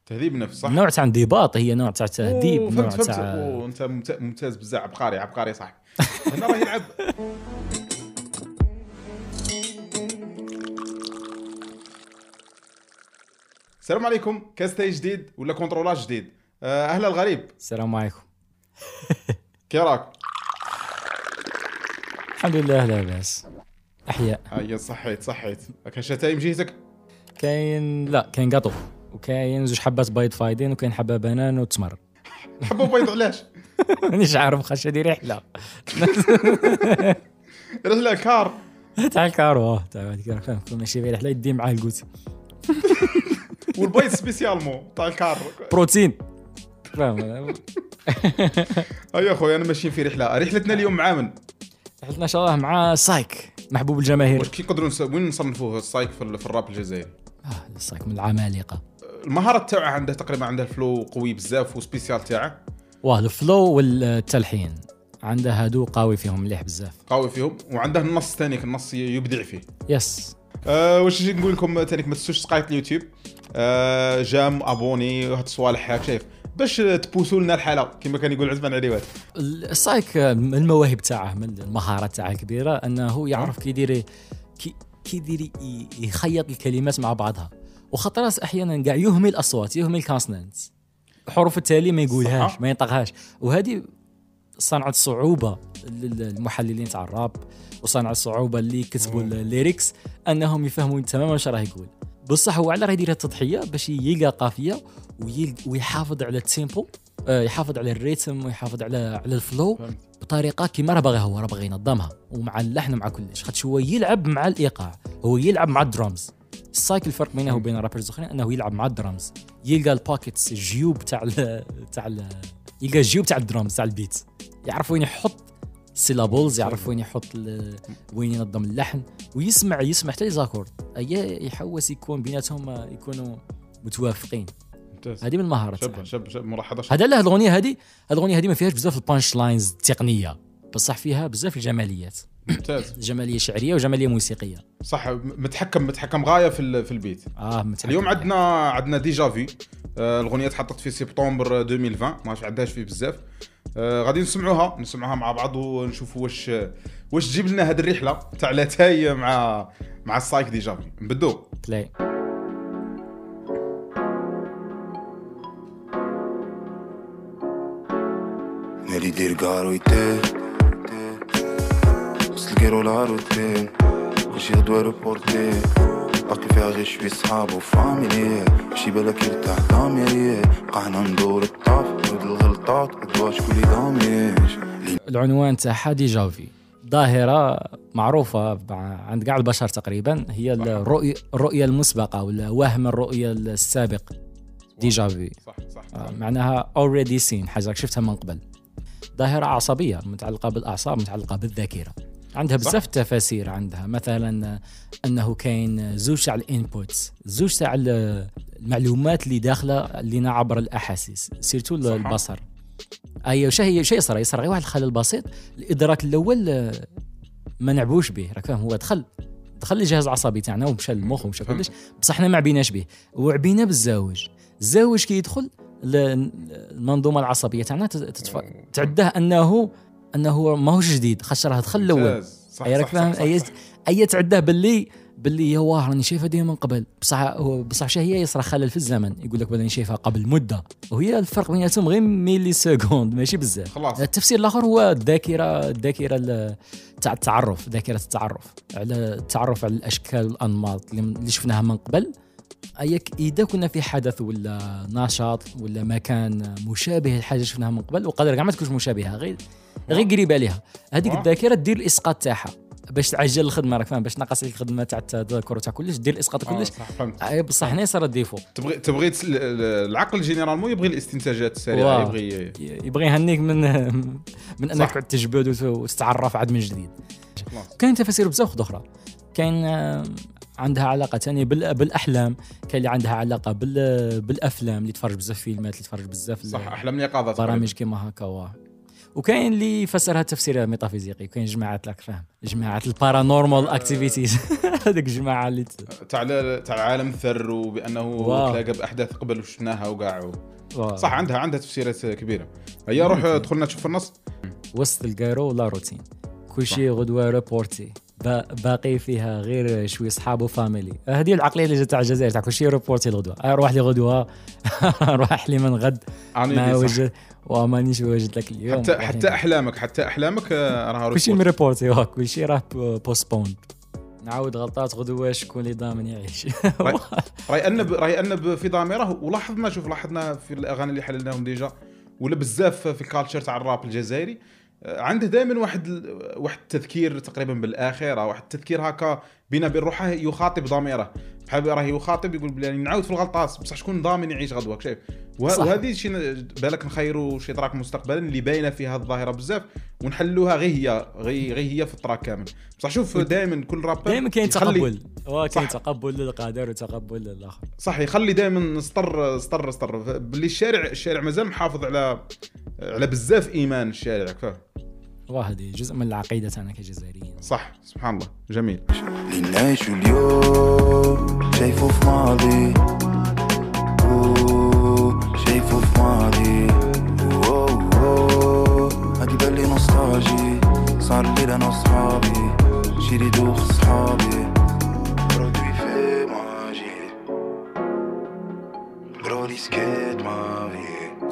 تهذيب نفس صح. نوع تاع انضباط، هي نوع تاع تهذيب، نوع تاع وانت ممتاز بزاف، عبقري صح. هنا راه يلعب. السلام عليكم، كاستي جديد ولا كونترولاج جديد. اهلا الغريب. السلام عليكم. كي راك؟ الحمد لله لاباس، احياء. هيا صحيت. كاين شتايم جهتك؟ كاين لا كاين قاطو، وكاين زوج حبات بيض فايدين، وكاين حبه بنان وتمر. حبه بيض علاش؟ مانيش عارف، خاش هذه رحله رحله كار تاع الكارو تاع هذيك، فاهم؟ ماشي غير رحله يدي معاه الكوتي والبيض سبيسيالمون تاع الكار بروتين، فاهم؟ هيا خويا انا ماشيين في رحلتنا اليوم مع من؟ رحلتنا ان شاء الله مع سايك، محبوب الجماهير. واش كي نقدروا وين نصنفوه السايك في الراب الجزائري؟ السايك من العمالقه. المهاره تاعه عنده تقريبا، عنده الفلو قوي بزاف وسبيسيال تاعه، الفلو والتلحين عنده هادو قوي فيهم، مليح بزاف قوي فيهم. وعنده النص ثاني، النص يبدع فيه. يس. واش نجي نقول لكم ثاني، ما تنسوش تقايت اليوتيوب، جام ابوني وهاد الصوالح هاك، شايف، باش تبوسوا لنا الحاله كما كان يقول عثمان عليوات. السايك من المواهب تاعه، من المهارات تاعه الكبيره، انه يعرف كي يدير يخيط الكلمات مع بعضها، وخطرات احيانا كاع يهمل الاصوات، يهمل الكونسونانتس، حروف التالي ما يقولهاش، ما ينطقهاش. وهذه صنعت صعوبه للمحللين تاع الراب، وصنعت صعوبه اللي كتبوا الليريكس انهم يفهموا تماما واش راه يقول. بصح هو على راه يدير التضحيه باش يلقى قافيه ويحافظ على التيمبو، يحافظ على الريتم، ويحافظ على الفلو بطريقه كيما راه باغي، هو راه باغي ينظمها، ومع اللحن ومع كلش، خاطش هو يلعب مع الايقاع، هو يلعب مع الدرامز. السايكل الفرق بينه وبين الرابرز الاخرين انه يلعب مع الدرامز، يلقى البوكيتس، الجيوب يلقى الجيوب تاع الدرامز تاع البيت، يعرف وين يحط سيلابلز، يعرف وين يحط وين ينظم اللحن، ويسمع حتى ليزاكورد يحوس يكون بيناتهم يكونوا متوافقين. هذه من المهارات. شب ملاحظه. هذا لا، الاغنيه هذه ما فيهاش بزاف البانش لاينز التقنيه، بصح فيها بزاف الجماليات. ممتاز. جماليه شعريه وجماليه موسيقيه. صح، متحكم غايه في البيت. متحكم. اليوم عندنا ديجا في الاغنيه تحطت في سبتمبر 2020، ما عندهاش فيه بزاف. غادي نسمعوها مع بعض ونشوفوا واش تجيب لنا هذه الرحله تاع لاتاي مع السايك ديجا في. نبدو بلاي. ناري دير قارويته سلقيرو لاروتين واش يغدو ريبورتي باقي فيها غير شوي صحاب وفاميلي، شي بالك يرتاح ضميري، قاعنا ندور الطاف ود الغلطات ادواش كل داميش. العنوان تاعها ديجا في، ظاهره معروفه عند كاع البشر تقريبا، هي الرؤيه المسبقه ولا وهم الرؤيه السابق. ديجا في صح. معناها already seen، حاجه شفتها من قبل. ظاهره عصبيه متعلقه بالاعصاب، متعلقه بالذاكره، عندها بزاف التفاسير. عندها مثلا انه كاين زوج تاع الانبوتس، زوج تاع المعلومات اللي داخله لنا عبر الاحاسيس، سيرتو البصر. اي شيء يصرى غير واحد الخلل بسيط. الادراك الاول ما نعبوش به، راك فاهم، هو دخل الجهاز العصبي تاعنا ومشى للمخ ومشى كلش، بصح حنا ما عبيناش به، وعبينا بالزواج. الزواج كي يدخل المنظومه العصبيه تاعنا تعده انه ماهوش جديد، خاطر راه دخل الاول. راك فاهم، اي تعده باللي يا واه راني شايفها ديما من قبل، بصح شنو هي يصرى خلل في الزمن، يقول لك راني شايفها قبل مده، وهي الفرق بيناتهم غير ميلي سكوند، ماشي بزاف. التفسير الاخر هو الذاكره تاع التعرف، ذاكره التعرف على الاشكال والانماط اللي شفناها من قبل. إذا كنا في حدث ولا نشاط ولا مكان مشابه لحاجة شفناها من قبل، وقدر كاع ما تكونش مشابهة، غير قريبة لها، هذيك الذاكرة دير الإسقاط تاعها باش تعجل الخدمة، راك فاهم، باش تنقص الخدمة تاع التذكر تاع كلش، دير الإسقاط كلش. بصح هنا صار الديفو، تبغي العقل جينيرالمون يبغي الاستنتاجات السريعة، يبغي يهنيك من أنك تعود تجبد وتتعرف عاد من جديد. كاين تفاسير بزاف أخرى، كاين عندها علاقة تانية بالأحلام، كاين اللي عندها علاقة بالأفلام، اللي تفرج بزاف فيلمات، اللي تفرج بزاف صح، أحلام اليقظة، برامج كيما هكا. وكاين اللي يفسرها تفسير ميتافيزيقي، وكاين جماعه لاك فاهم، جماعه البارانورمال اكتيفيتيز هذيك الجماعه اللي تاع عالم الثر، وبانه تلاقى باحداث قبل وشفناها وكاع صح. عندها تفسيرات كبيره. هيا روح دخلنا نشوف النص. وسط الكايرو لا روتين، كل شيء غدوه ريبورتي، باقي فيها غير شوي صحاب وفاميلي. هذه العقليه اللي جات تاع الجزائر، تاع كل شيء ريبورتي الغدوه، روح لي غدوه روح لي من غد ما وجد ومانيش واجد لك اليوم. حتى احلامك راها كل شيء ريبورتي، كل شيء راه بوستبوند. نعاود غلطات غدوه، شكون اللي ضامن يعيش؟ راي انب في ضميره. لاحظنا في الاغاني اللي حللناهم ديجا، ولا بزاف في الكالتشر تاع الراب الجزائري، عنده دائما واحد التذكير تقريبا بالاخره، واحد التذكير هكا بين روحه، يخاطب ضميره، بحال راه يخاطب يقول بلي نعاود في الغلطات، بصح شكون ضامن يعيش غدوه؟ شايف؟ وهذه شي بالك نخيروا شي تراك مستقبلا اللي باينه فيها الظاهره بزاف، ونحلوها غير هي في التراك كامل. بصح شوف دائما كل رابر دائما كاين تقبل، كاين تقبل للقادر وتقبل للاخر، صح. يخلي دائما سطر باللي الشارع مازال محافظ على بزاف ايمان الشارع، فاهم؟ وهذه جزء من العقيده تاعنا كجزائريين، صح. سبحان الله، جميل. اللي نعيشو اليوم شايفو في ماضي، شايفو في ماضي، هادي بالي نوستالجي، صار لي انا وصحابي، شيري دوخ صحابي، برودوي في ماجي، برودي سكيت مافي.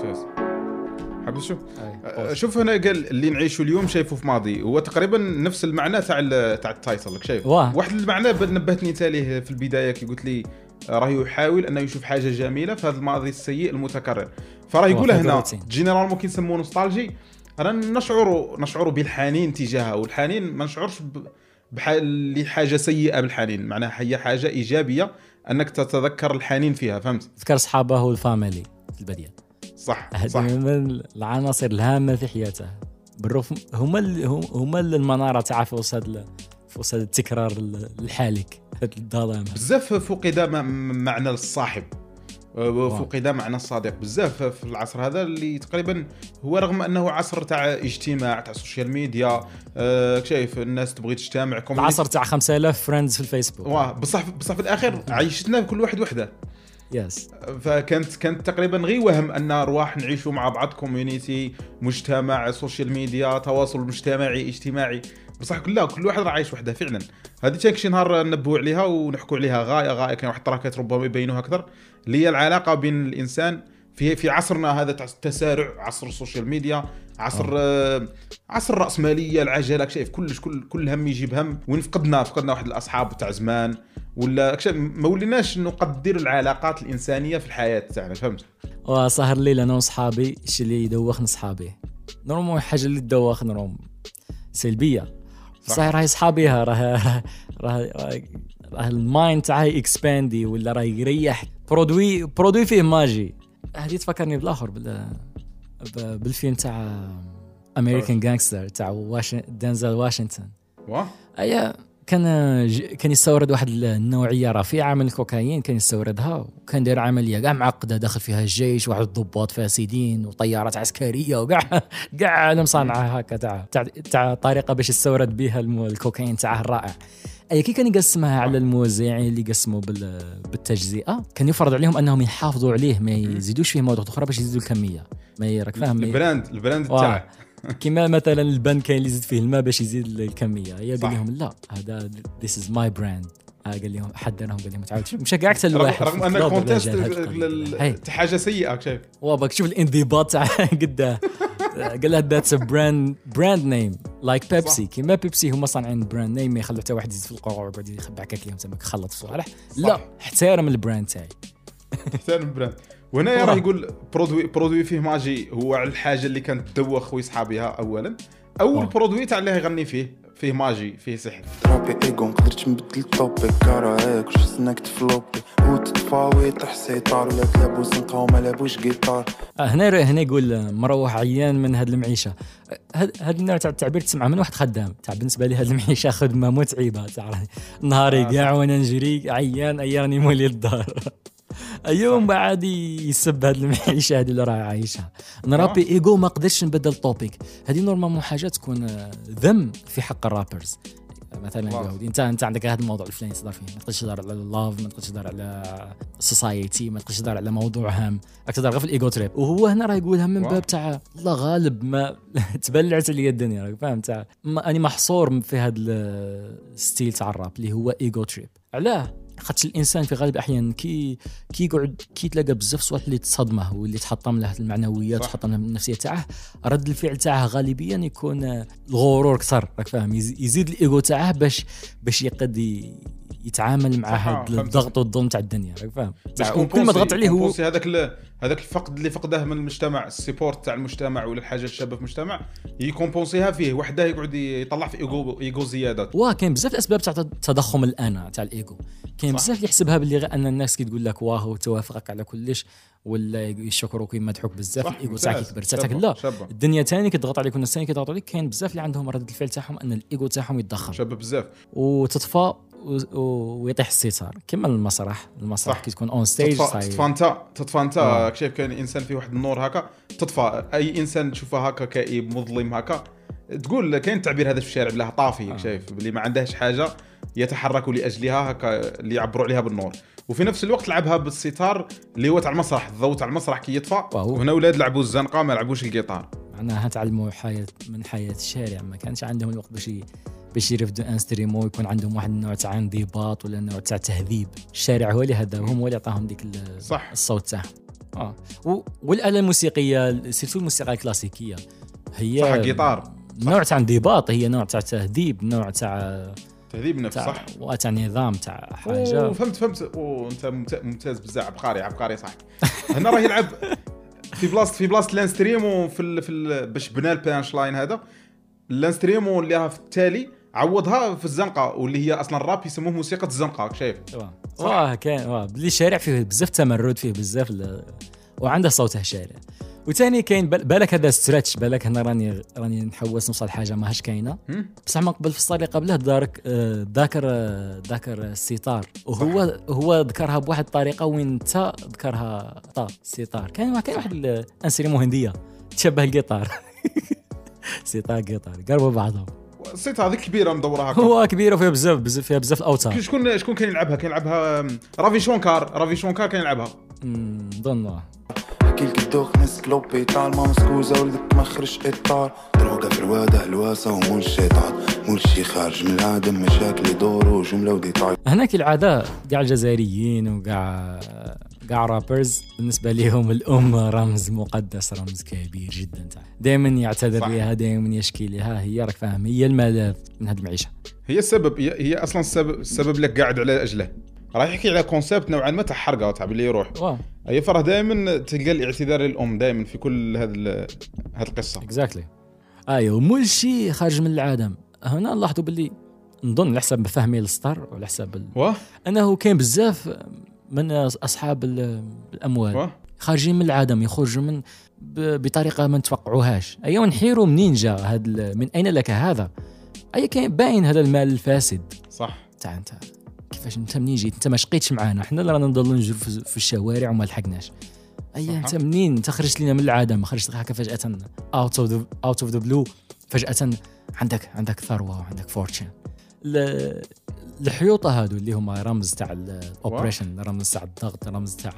حاب شوف هنا قال اللي نعيشه اليوم شايفه في ماضي، هو تقريبا نفس المعنى تاع التايتل. شايف واحد المعنى نبهتني انت ليه في البدايه كي قلت لي راه يحاول انه يشوف حاجه جميله في هذا الماضي السيء المتكرر، فراه يقول هنا جينيرال ممكن يسموه نوستالجي. انا نشعر بالحنين تجاهه، والحنين ما نشعرش بحال حاجه سيئه بالحنين، معناها هي حاجه ايجابيه انك تتذكر الحنين فيها، فهمت؟ تذكر اصحابه والفاميلي في البدايه، صح. من العناصر الهامه في حياته، بالرغم هما المناره تاع في وسط التكرار الحالك، هذا الظلام بزاف فقد معنى الصاحب، فقد معنى الصديق بزاف في العصر هذا اللي تقريبا هو رغم انه عصر تاع اجتماع تاع السوشيال ميديا، شايف الناس تبغي تجتمع، العصر تاع 5000 فريندز في الفيسبوك، بصح في الاخير عيشتنا كل واحد وحده. يس. فكانت تقريبا غير وهم ان ارواح نعيشوا مع بعض، كوميونيتي، مجتمع، سوشيال ميديا، تواصل مجتمعي اجتماعي، بصح كل واحد راه عايش وحده فعلا. هذه تاكشي نهار نبهوا عليها ونحكوا عليها غايه. كاين واحد التراكات ربما يبينوها اكثر، اللي هي العلاقه بين الانسان في عصرنا هذا تاع التسارع، عصر السوشيال ميديا، عصر الرأسمالية، العجلة، شايف كل هم يجيب هم، فقدنا واحد الاصحاب تاع زمان، ولا ما وليناش نقدر العلاقات الانسانيه في الحياه تاعنا، فهمت؟ وسهر الليل انا وصحابي، الشيء اللي يدوخنا صحابي نورمال، حاجه اللي تدوخنا نورمال سلبيه، صح. راهي صحابيها راه المايند تاعها اكسباندي، ولا راه يريح، برودوي فيه ماجي. هذه تفكرني بالاخر بالفيلم تاع امريكان جانجستر تاع دينزل واشنطن. ايا كان يستورد واحد النوعيه رفيعه من الكوكايين، كان يستوردها وكان داير عمليه كاع معقده، داخل فيها الجيش، واحد الضباط فاسدين وطيارات عسكريه وكاع عالم صانعه هكا تاع طريقه باش يستورد بها الكوكايين تاعه الرائع. اي كي كان يقسمها على الموزعين اللي يقسموا بالتجزئه، كان يفرض عليهم انهم يحافظوا عليه، ما يزيدوش فيه مواد اخرى باش يزيدوا الكميه، ما راك فاهم البراند تاعه. كما مثلا البنك كاين اللي يزيد فيه الماء باش يزيد الكميه، هي قال لهم لا هذا this is my brand. قال لهم حذرهم، قال لهم تعاود مش كاع حتى الواحد رغم ان الكونتست حاجه سيئه، شايف؟ واباك شوف الانضباط تاع قداه. قال لها ذاتس براند نيم لايك بيبسي، كيما بيبسي هما صانعين براند نيم، ما يخلوا حتى واحد يزيد في القرعه وبعد يخبعك ليهم تماك خلط صالح. لا، احترم البراند تاعي، احترم البراند. وهنا راه يقول برودوي فيه ماجي، هو على الحاجه اللي كانت تدوخ خويا صحابيها اولا، او البرودوي تاع اللي يغني فيه ماجي، فيه سحر. ترابي ايغو نقدرش نبدل التوبيك، كراهيك واش خصناك تفلوبي وتتفاوي تحسي طار ولا تلابوس نقاو ما لابوش جيتار. هنا يقول مروح عيان من هاد المعيشه. هاد النوع تاع التعبير تسمعه من واحد خدام تاع بالنسبه لي هاد المعيشه خدمه متعبه، تاع نهاري كاع وانا نجري عيان، اياني مولي الدار. يوم بعد يسب هذه المعيشه هذه اللي راه عايشها. نرابي ايجو ما قدرتش نبدل التوبيك هذه نورمالمون حاجه تكون ذم في حق الرابرز. مثلا يهودي انت عندك هذا الموضوع الفلاني تهضر فيه، ما تقدرش تهضر على اللاف، ما تقدرش تهضر على سوسايتي، ما تقدرش تهضر على موضوع هام، راك تهضر غير في الايجو تريب. وهو هنا راه يقولها من باب تاع الله غالب ما تبلعت لي الدنيا، راك فاهم تاع اني محصور في هذا الستيل تاع الراب اللي هو ايجو تريب. علاه؟ خاطر الانسان في غالب الاحيان كي يقعد كي تلاقى بزاف صوالح اللي تصدمه واللي تحطم له المعنويات وتحطم له النفسيه تاعه، رد الفعل تاعه غالبيا يكون الغرور كثر، راك فاهم، يزيد الايجو تاعه باش يقد يتعامل مع هذا الضغط والظلم تاع الدنيا، راك فاهم. كل ما ضغط عليه هو هذاك الفقد اللي فقده من المجتمع، السيبورت تاع المجتمع ولا الحاجه الشابه في المجتمع يكومبونسيها فيه وحده، يقعد يطلع في ايجو زيادات. كاين بزاف الاسباب تاع تضخم الانا تاع الايجو. كاين بزاف اللي يحسبها باللي غير ان الناس كي تقول لك واه توافقك على كلش ولا يشكروك يمدحوك بزاف الايجو تاعك يكبر تاعك. لا الدنيا ثاني كتضغط عليك والناس ثاني كيضغطوا عليك. كاين بزاف اللي عندهم رده الفعل تاعهم ان الايجو تاعهم يتضخم شابه بزاف وتطفى ويطيح الستار كما المسرح كي تكون اون ستيج تطفى انت شايف كاين انسان فيه واحد النور هكا تطفى. اي انسان تشوفه هكا كئيب مظلم هكا تقول كاين التعبير هذا في الشارع بلاه طافي شايف بلي ما عندهش حاجه يتحرك لاجلها هكا اللي يعبروا عليها بالنور. وفي نفس الوقت لعبها بالستار اللي هو تاع المسرح، الضوء تاع المسرح كي يطفى وهنا ولاد لعبوا الزنقه ما لعبوش الجيتار. معناها تعلموا حياه الشارع، ما كانش عندهم الوقت باش يرفدوا انستريمو ويكون عندهم واحد النوع تاع انضباط ولا نوع تاع تهذيب. الشارع هو اللي هداهم، هو اللي عطاهم ديك الصوت تاعهم. والاله الموسيقيه سيرتو الموسيقى الكلاسيكيه هي صح جيتار نوع تاع انضباط، هي نوع تاع تهذيب، نوع تاع تهذيب نفس صح وتاع نظام تاع حاجه. فهمت وانت ممتاز بزاف، عبقري صح. هنا راه يلعب في بلاصه الانستريمو في باش بنى البانش لاين هذا الانستريمو اللي في التالي عوضها في الزنقه واللي هي اصلا الراب يسموه موسيقى الزنقه شايف. كان بلي الشارع فيه بزاف تمرد، فيه بزاف وعنده صوته الشارع. وثاني كاين بالك هذا ستريتش، بالك هنا راني نحوس نوصل حاجه ماهاش كاينه بصح ما قبل في الصالي قبله ذاكر الستار وهو ذكرها بواحد الطريقه وين انت ذكرها ستار. كاين واحد الانسريمو هنديه تشبه الجيتار ستار جيتار قربوا بعضهم. الصيت هذيك كبيره مدوره هكا هو كبيره فيها بزاف الاوتار. شكون كان يلعبها رافي شونكار كان يلعبها ظن كيلك الدوخ نسك لوبيتال ما مسكوزة ولدك ما خرج إطار دروقة في الوادة هلواسة ومول شيطان مول شي خارج من العادم مشاكل يدوروا جملة وديتاي. هناك العادة قاع الجزائريين وقاع رابرز بالنسبة لهم الأم رمز مقدس، رمز كبير جدا، دائما يعتذر لها، دائما يشكي لها. هي راك فاهم هي الملاذ من هذه المعيشة، هي السبب، هي أصلا السبب لك قاعد على أجله. راح يحكي على كونسيبت نوعا ما تاع حرقه تاع اللي يروح اي فرح دائما تلقى الاعتذار للام دائما في كل هذه القصه اكزاكتلي. ايوه مول شيء خارج من العالم. هنا نلاحظوا باللي نظن على حسب فهمي للستار وعلى حسب انه كاين بزاف من اصحاب الاموال خارجين من العدم، يخرجوا من بطريقه ما نتوقعوهاش. ايوه نحيروا منين جا هذا، من اين لك هذا؟ اي كاين باين هذا المال الفاسد صح تاع انت كيفاش انت منين جيت؟ انت ما شقيتش معانا، احنا اللي رانا نضلوا نجروا في الشوارع وما لحقناش. انت منين؟ انت خرجت لنا من العدم، خرجت هكا فجاه اوت اوف ذا بلو، فجاه عندك ثروه وعندك فورتشن. الحيوطه هادو اللي هما رمز تاع الاوبريشن، رمز تاع الضغط، رمز تاع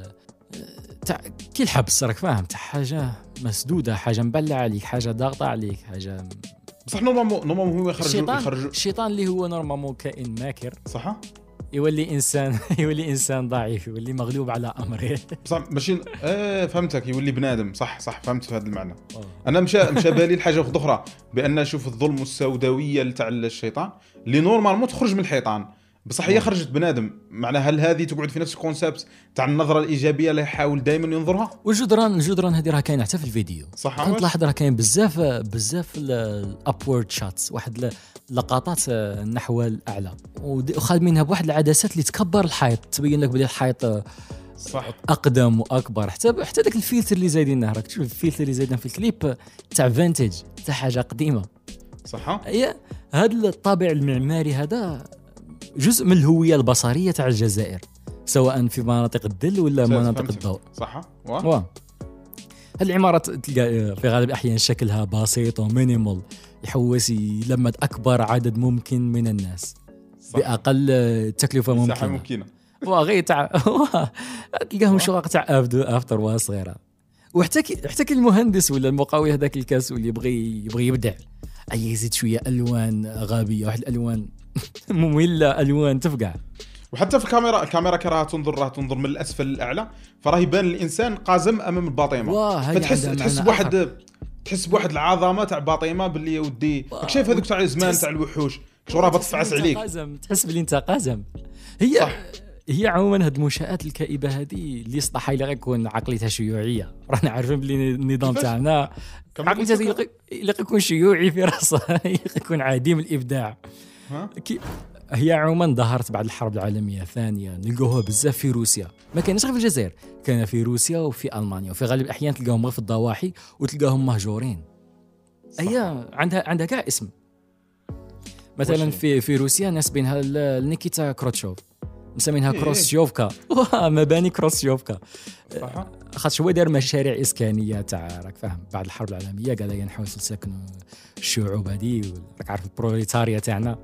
كي الحبس، راك فاهم، تاع حاجه مسدوده، حاجه مبلعه عليك، حاجه ضاغطه عليك، حاجه بصح نورمالمون هو يخرجوا الشيطان اللي هو نورمالمون كائن ماكر صح، يولي انسان ضعيف، يولي مغلوب على امره. بصح ماشي فهمتك، يولي بنادم. صح فهمت في هذا المعنى. انا مشى بالي الحاجه اخرى، بان نشوف الظلم والسوداويه تاع الشيطان اللي نورمالمون تخرج من الحيطان، بصح هي خرجت بنادم. معنى هل هذه تقعد في نفس الكونسيبت تاع النظره الايجابيه اللي يحاول دائما ينظرها؟ والجدران هذه راه كاينه حتى في الفيديو صح. كنت لاحظ راه كاين بزاف الابورد شوتس، واحد اللقطات نحو الاعلى، وخادمينها بواحد العدسات اللي تكبر الحيط، تبين لك بلي الحيط صح اقدم واكبر. حتى داك الفلتر اللي زايدينه، راك تشوف الفلتر اللي زايدين في الكليب تاع فينتج، تاع حاجه قديمه صح. هذا الطابع المعماري هذا جزء من الهويه البصريه تاع الجزائر. سواء في مناطق الدل ولا مناطق فهمتك. الضوء. صح هاد العمارات تلقى في غالب الأحيان شكلها بسيط ومينيمال، يحوس يلمد أكبر عدد ممكن من الناس صح. بأقل تكلفة مساحة ممكنة. ممكنة. وغير تلقاهم شقق تاع افتر صغيرة. وحتى كي المهندس ولا المقاول هذاك الكاس واللي يبغي يبدع، أي يزيد شوية ألوان غبية، واحد الألوان مملة، ألوان تفقع. وحتى في الكاميرا كراها تنظر من الاسفل للاعلى، فراه يبان الانسان قازم امام الباطمه، تحس بواحد العظمه تاع باطمه باللي يا ودي شايف هذوك تاع زمان تاع الوحوش شوراه بتفعس عليك، تحس باللي انت قازم. هي عموما هاد المنشآت الكئيبه هذه اللي صلاحها الا غيكون عقليتها شيوعيه، رانا عارفين باللي النظام تاعنا عقليته الا يكون شيوعي في راسه يكون عديم الابداع. هي عموما ظهرت بعد الحرب العالميه الثانيه، نلقوها بزاف في روسيا، ما كانش غير في الجزائر، كان في روسيا وفي المانيا، وفي غالب الاحيان تلقاهم غير في الضواحي وتلقاهم مهجورين. هي عندها كاع اسم. مثلا في روسيا ناس بينها نيكيتا كروتشوف، مسمينها كروسيوفكا. مباني كروسيوفكا، خاطر هو دار مشاريع اسكانيه تاع راك فاهم بعد الحرب العالميه، قال نحاولوا نسكنوا الشعوب هذه، راك عارف البروليتاريا تاعنا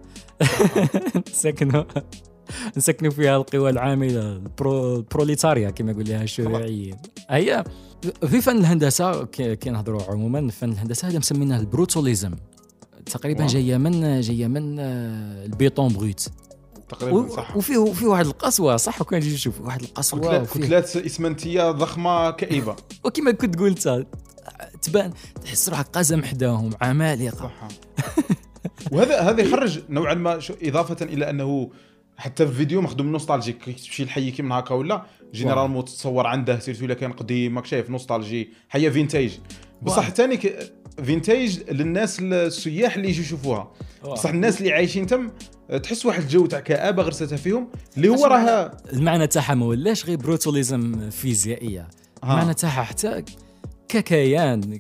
نسكنوا فيها القوى العامله، البروليتاريا كما يقول لها الشيوعيين. هي في فن الهندسه كي نهضروا عموما فن الهندسه هذا مسمينه البروتوليزم، تقريبا جايه من البيطون بروت تقريبا. صح. وفيه واحد القسوه، صح، وكان يجي يشوف واحد القسوه كتلات اسمنتيه ضخمه كئيبه، وكما كنت قلت تبان تحس روحك قزم حداهم عمالقه. وهذا يخرج نوعا ما اضافه الى انه حتى في فيديو مخدوم نوستالجيك، تمشي لحي كيما هكا ولا جينيرال مو تصور عنده سيرتو الا كان قديم ماك شايف نوستالجي، حيه فينتاج بصح ثاني فينتاج للناس السياح اللي يجوا يشوفوها، بصح الناس اللي عايشين تم تحس واحد الجو تاع كآبه غرستها فيهم اللي هو راها المعنى تاعها ما ولاش غير بروتوليزم فيزيائيه، المعنى تاعها حتى ككيان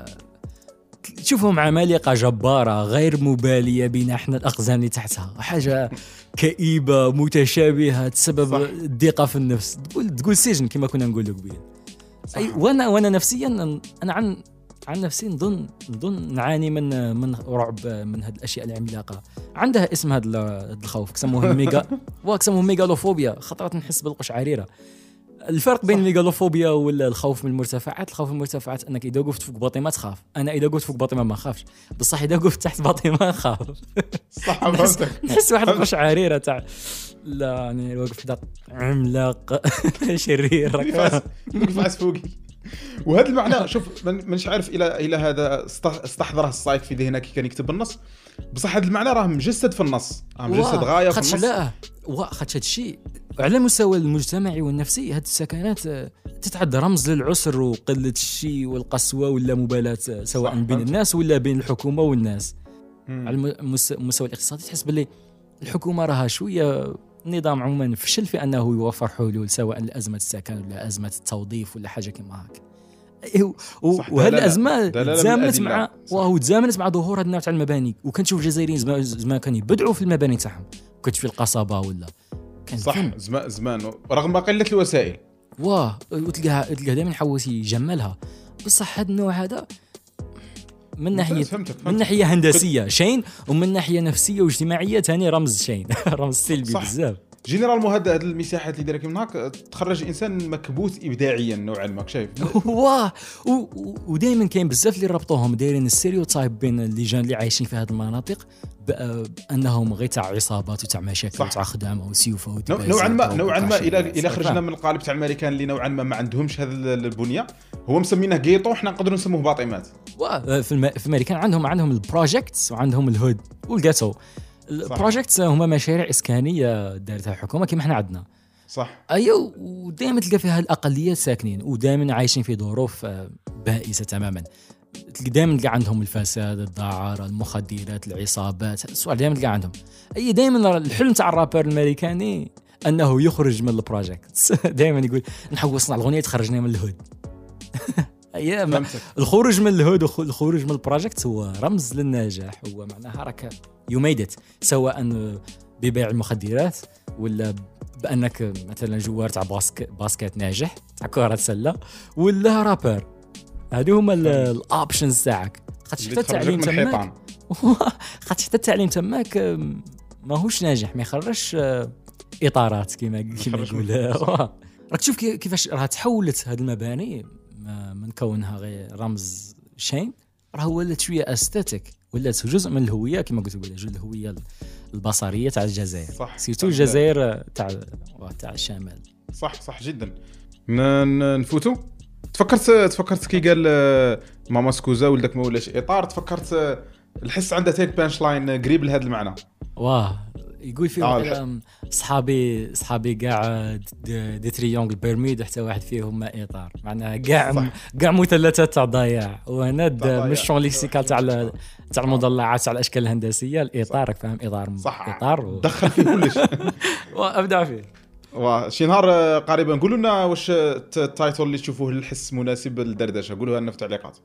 تشوفهم عمالقه جباره غير مباليه بين احنا الاقزام اللي تحتها، حاجه كئيبه متشابهه تسبب الضيقه في النفس، تقول سجن كما كنا نقول قبل. اي وانا نفسيا انا عن نفسي نظن نعاني من رعب من هذه الاشياء العملاقه، عندها اسم هذا الخوف كسموه ميغالوفوبيا، خطرات نحس بالقشعريره. الفرق بين الميغالوفوبيا والخوف من المرتفعات، الخوف من المرتفعات انك اذا وقفت فوق باطمه تخاف، انا اذا وقفت فوق باطمه ما نخافش، بصح اذا وقفت تحت باطمه نخاف. صح نحس واحد القشعريره تاع لا يعني واقف حدا عملاق شرير راك فوقي. وهذا المعنى شوف مانيش عارف الى هذا استحضره الصايد في ذهنك كي كان يكتب النص، بصح هذا المعنى راه مجسد في النص، مجسد غايه في النص. لا خاطش هذا الشيء على المستوى المجتمعي والنفسي، هذه السكنات تتعد رمز للعسر وقله الشيء والقسوه ولا مبالاه سواء بين الناس ولا بين الحكومه والناس. على المستوى الاقتصادي تحس باللي الحكومه راها شويه النظام عموما فشل في انه يوفر حلول سواء لازمه السكن ولا ازمه التوظيف ولا حاجه كما هكا. وهذه الازمه تزامنت مع ظهور هذا النوع تاع المباني، وكنشوف الجزائريين زمان كانوا يبدعوا في المباني تاعهم، كنت في القصبه ولا كان صح زمان رغم قله الوسائل وتلقاها دائما يحوس يجملها، بصح هذا النوع هذا من ناحيه هندسيه شين، ومن ناحيه نفسيه واجتماعيه ثاني رمز شين رمز سلبي بزاف. جنرال مهدد هذه المساحات اللي دارك من هناك تخرج انسان مكبوت ابداعيا نوعا ما شايف. ودائما كاين بزاف اللي ربطوهم دايرين الستيريوتايب بين اللجان اللي عايشين في هذه المناطق بانهم غير تاع عصابات وتاع مشاكل وتاع خدام وسيوف نوعا ما الى خرجنا من القالب تاع الامريكان اللي نوعا ما عندهمش هذا البنيه، هو مسمينه جيتو احنا نقدروا نسموه باطمات. في الامريكان عندهم البروجيكتس وعندهم الهود والجاتو. البروجيكتس هما مشاريع اسكانيه دارتها الحكومه كما احنا عندنا، صح. ايوه، ودائما تلقى فيها الاقليات ساكنين ودائما عايشين في ظروف بائسه تماما. دائما تلقى عندهم الفساد، الدعاره، المخدرات، العصابات، السؤال دائما تلقى عندهم. دائما الحلم تاع الرابر الامريكاني انه يخرج من البروجيكتس دائما يقول نحاول نصنع الاغنيه تخرجنا من الهود. الخروج من الهود والخروج من البروجيكت هو رمز للنجاح، هو معناها راك يو ميد ات، سواء ببيع المخدرات ولا بانك مثلا جوار تاع باسكت ناجح تاع كره سله ولا رابر. هادو هما الاوبشنز تاعك. خاطر حتى التعليم تماك خاطر حتى التعليم تماك ماهوش ناجح، ما يخرجش اطارات كيما يقول. راك تشوف كيفاش راه تحولت هذه المباني من كونها غير رمز شين، راه ولات شويه استاتيك، ولات جزء من الهويه كما قلت لك، جزء الهويه البصريه تاع الجزائر، سيرتو الجزائر تاع الشمال. صح جدا. نفوتوا. تفكرت كي قال ماما سكوزا ولدك ما ولاش اطار، تفكرت الحس عنده تيك بانش لاين قريب لهذا المعنى. واه يقول فيه صحابي كاع دي تريونغل بيرميد حتى واحد فيهم ما اطار، معناها كاع مثلثات تاع ضياع. وهنا مش شغل ليكسيكال تاع المضلعات تاع الاشكال الهندسيه، الاطار فاهم، اطار دخل فيه كلش وابدع فيه. شي نهار قريبا قولوا لنا واش التايتل اللي تشوفوه الحس مناسب للدردشه، قولوها لنا في التعليقات.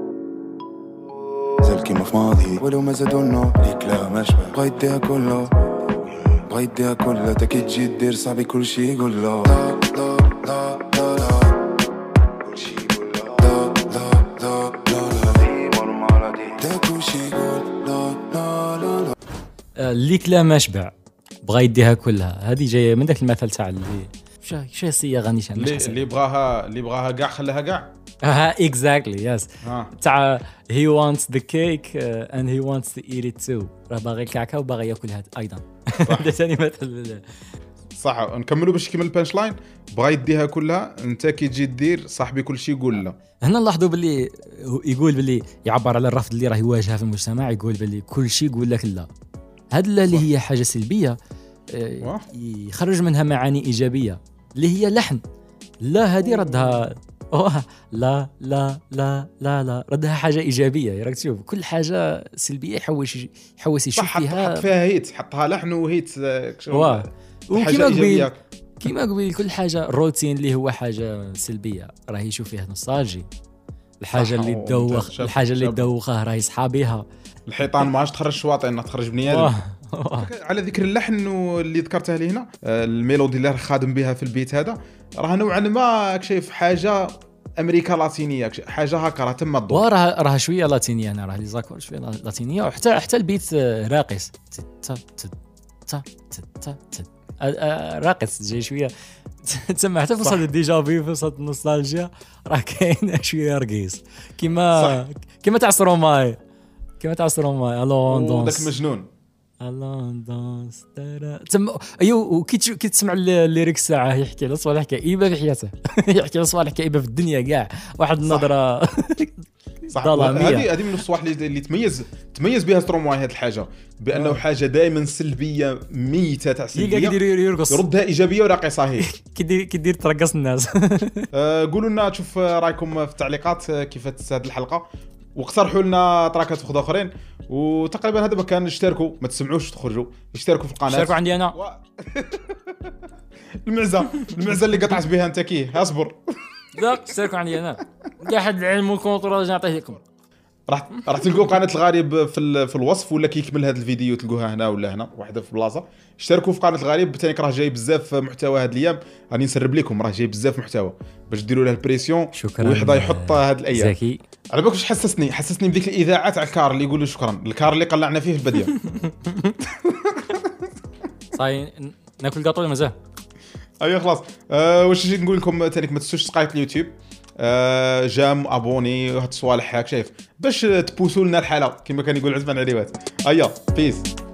زل كيما في ماضي ولو ما زادونا ليك لا ما شبه، بغيت ديها كلها بغيت ديها كلها، تا كي تجي دير صاحبي كلشي يقول لا لا لا لا لا كلشي يقول لا لا لا لا دي نورمال دي تا كلشي يقول لا لا لا ليك لا ما شبع بغى يديها كلها. هذه جايه من ذاك المثل تاع اللي شو الصياغه نيشان اللي بغاها كاع خلاها كاع. اكزاكتلي يس تاع he wants the cake and he wants to eat it too. راه باغي الكعكه وباغي ياكلها ايضا. هذا ثاني مثل. صح. نكملوا باش كيما البانش لاين، بغى يديها كلها، انت كي تجي دير صاحبي كل شيء يقول لا. هنا نلاحظوا باللي يقول باللي يعبر على الرفض اللي راه يواجهه في المجتمع، يقول باللي كل شيء يقول لك لا. هذا اللي هي حاجه سلبيه يخرج منها معاني ايجابيه اللي هي لحن. لا هذه ردها لا لا لا لا لا ردها حاجه ايجابيه. راك تشوف كل حاجه سلبيه يحوس يشوف فيها، حط فيها هيت، حطها لحن وهيت وكيما قبل كل حاجه روتين اللي هو حاجه سلبيه راه يشوف فيها نوستالجي. الحاجه اللي تدوخه راهي صحابيها. الحيطان ماش تخرج شواطئ، تخرج بنيادم. على ذكر اللحن اللي ذكرتها لي هنا، الميلودي اللي خادم بها في البيت هذا راه نوعا ما شايف حاجه امريكا لاتينيه، حاجه هكا راه تم الضوء. راه شويه لاتينيه، انا راه لي زاكور شويه لاتينيه، وحتى البيت راقص راقص جاي شويه تسمع حتى في وسط الديجافي، في وسط النوستالجيا راه كاين شويه رقيص كيما تاع ستروماي الون دونس داك المجنون الون دونس ايوه. وكي تسمع الليريكس تاعه يحكي على صوالح كئيبه في حياته يحكي على صوالح كئيبه في الدنيا كاع، واحد النظره ظلاميه. هذه من الصوالح اللي تميز بها ستروماي، هذه الحاجه بانه حاجه دائما سلبيه ميته تاع سلبيه يردها ايجابيه وراقصه. هي كيدير ترقص الناس. قولوا لنا تشوف رايكم في التعليقات كيف هذه الحلقه، واقترحوا لنا تراكات اخرين. وتقريبا هذا مكان اشتركوا، ما تسمعوش تخرجوا، اشتركوا في القناه. اشتركوا عندي انا المعزه اللي قطعت بها انت كي اصبر. لا اشتركوا عندي انا كاع حد العلم والكونترول نعطيه لكم. راح تلقوا قناه الغريب في الوصف، ولا كي يكمل هذا الفيديو تلقوها هنا ولا هنا واحده في بلاصه. اشتركوا في قناه الغريب ثاني، راه جاي بزاف محتوى هاد الايام، راني نسرب لكم راه جاي بزاف محتوى باش ديروا له البريسيون ويحضر يحط هاد الايام. زكي على بالك واش حسسني بديك الاذاعه تاع الكار اللي يقولوا شكرا، الكار اللي قلعنا فيه في البديه. صاي ناكل قاطو مازال. ايوه خلاص. واش جيت نقول لكم ثاني، ما تنسوش تقايت اليوتيوب، جام ابوني وهاد الصوالح هاك شايف باش تبوسوا لنا الحاله كما كان يقول عثمان عليوات. ايا بيس.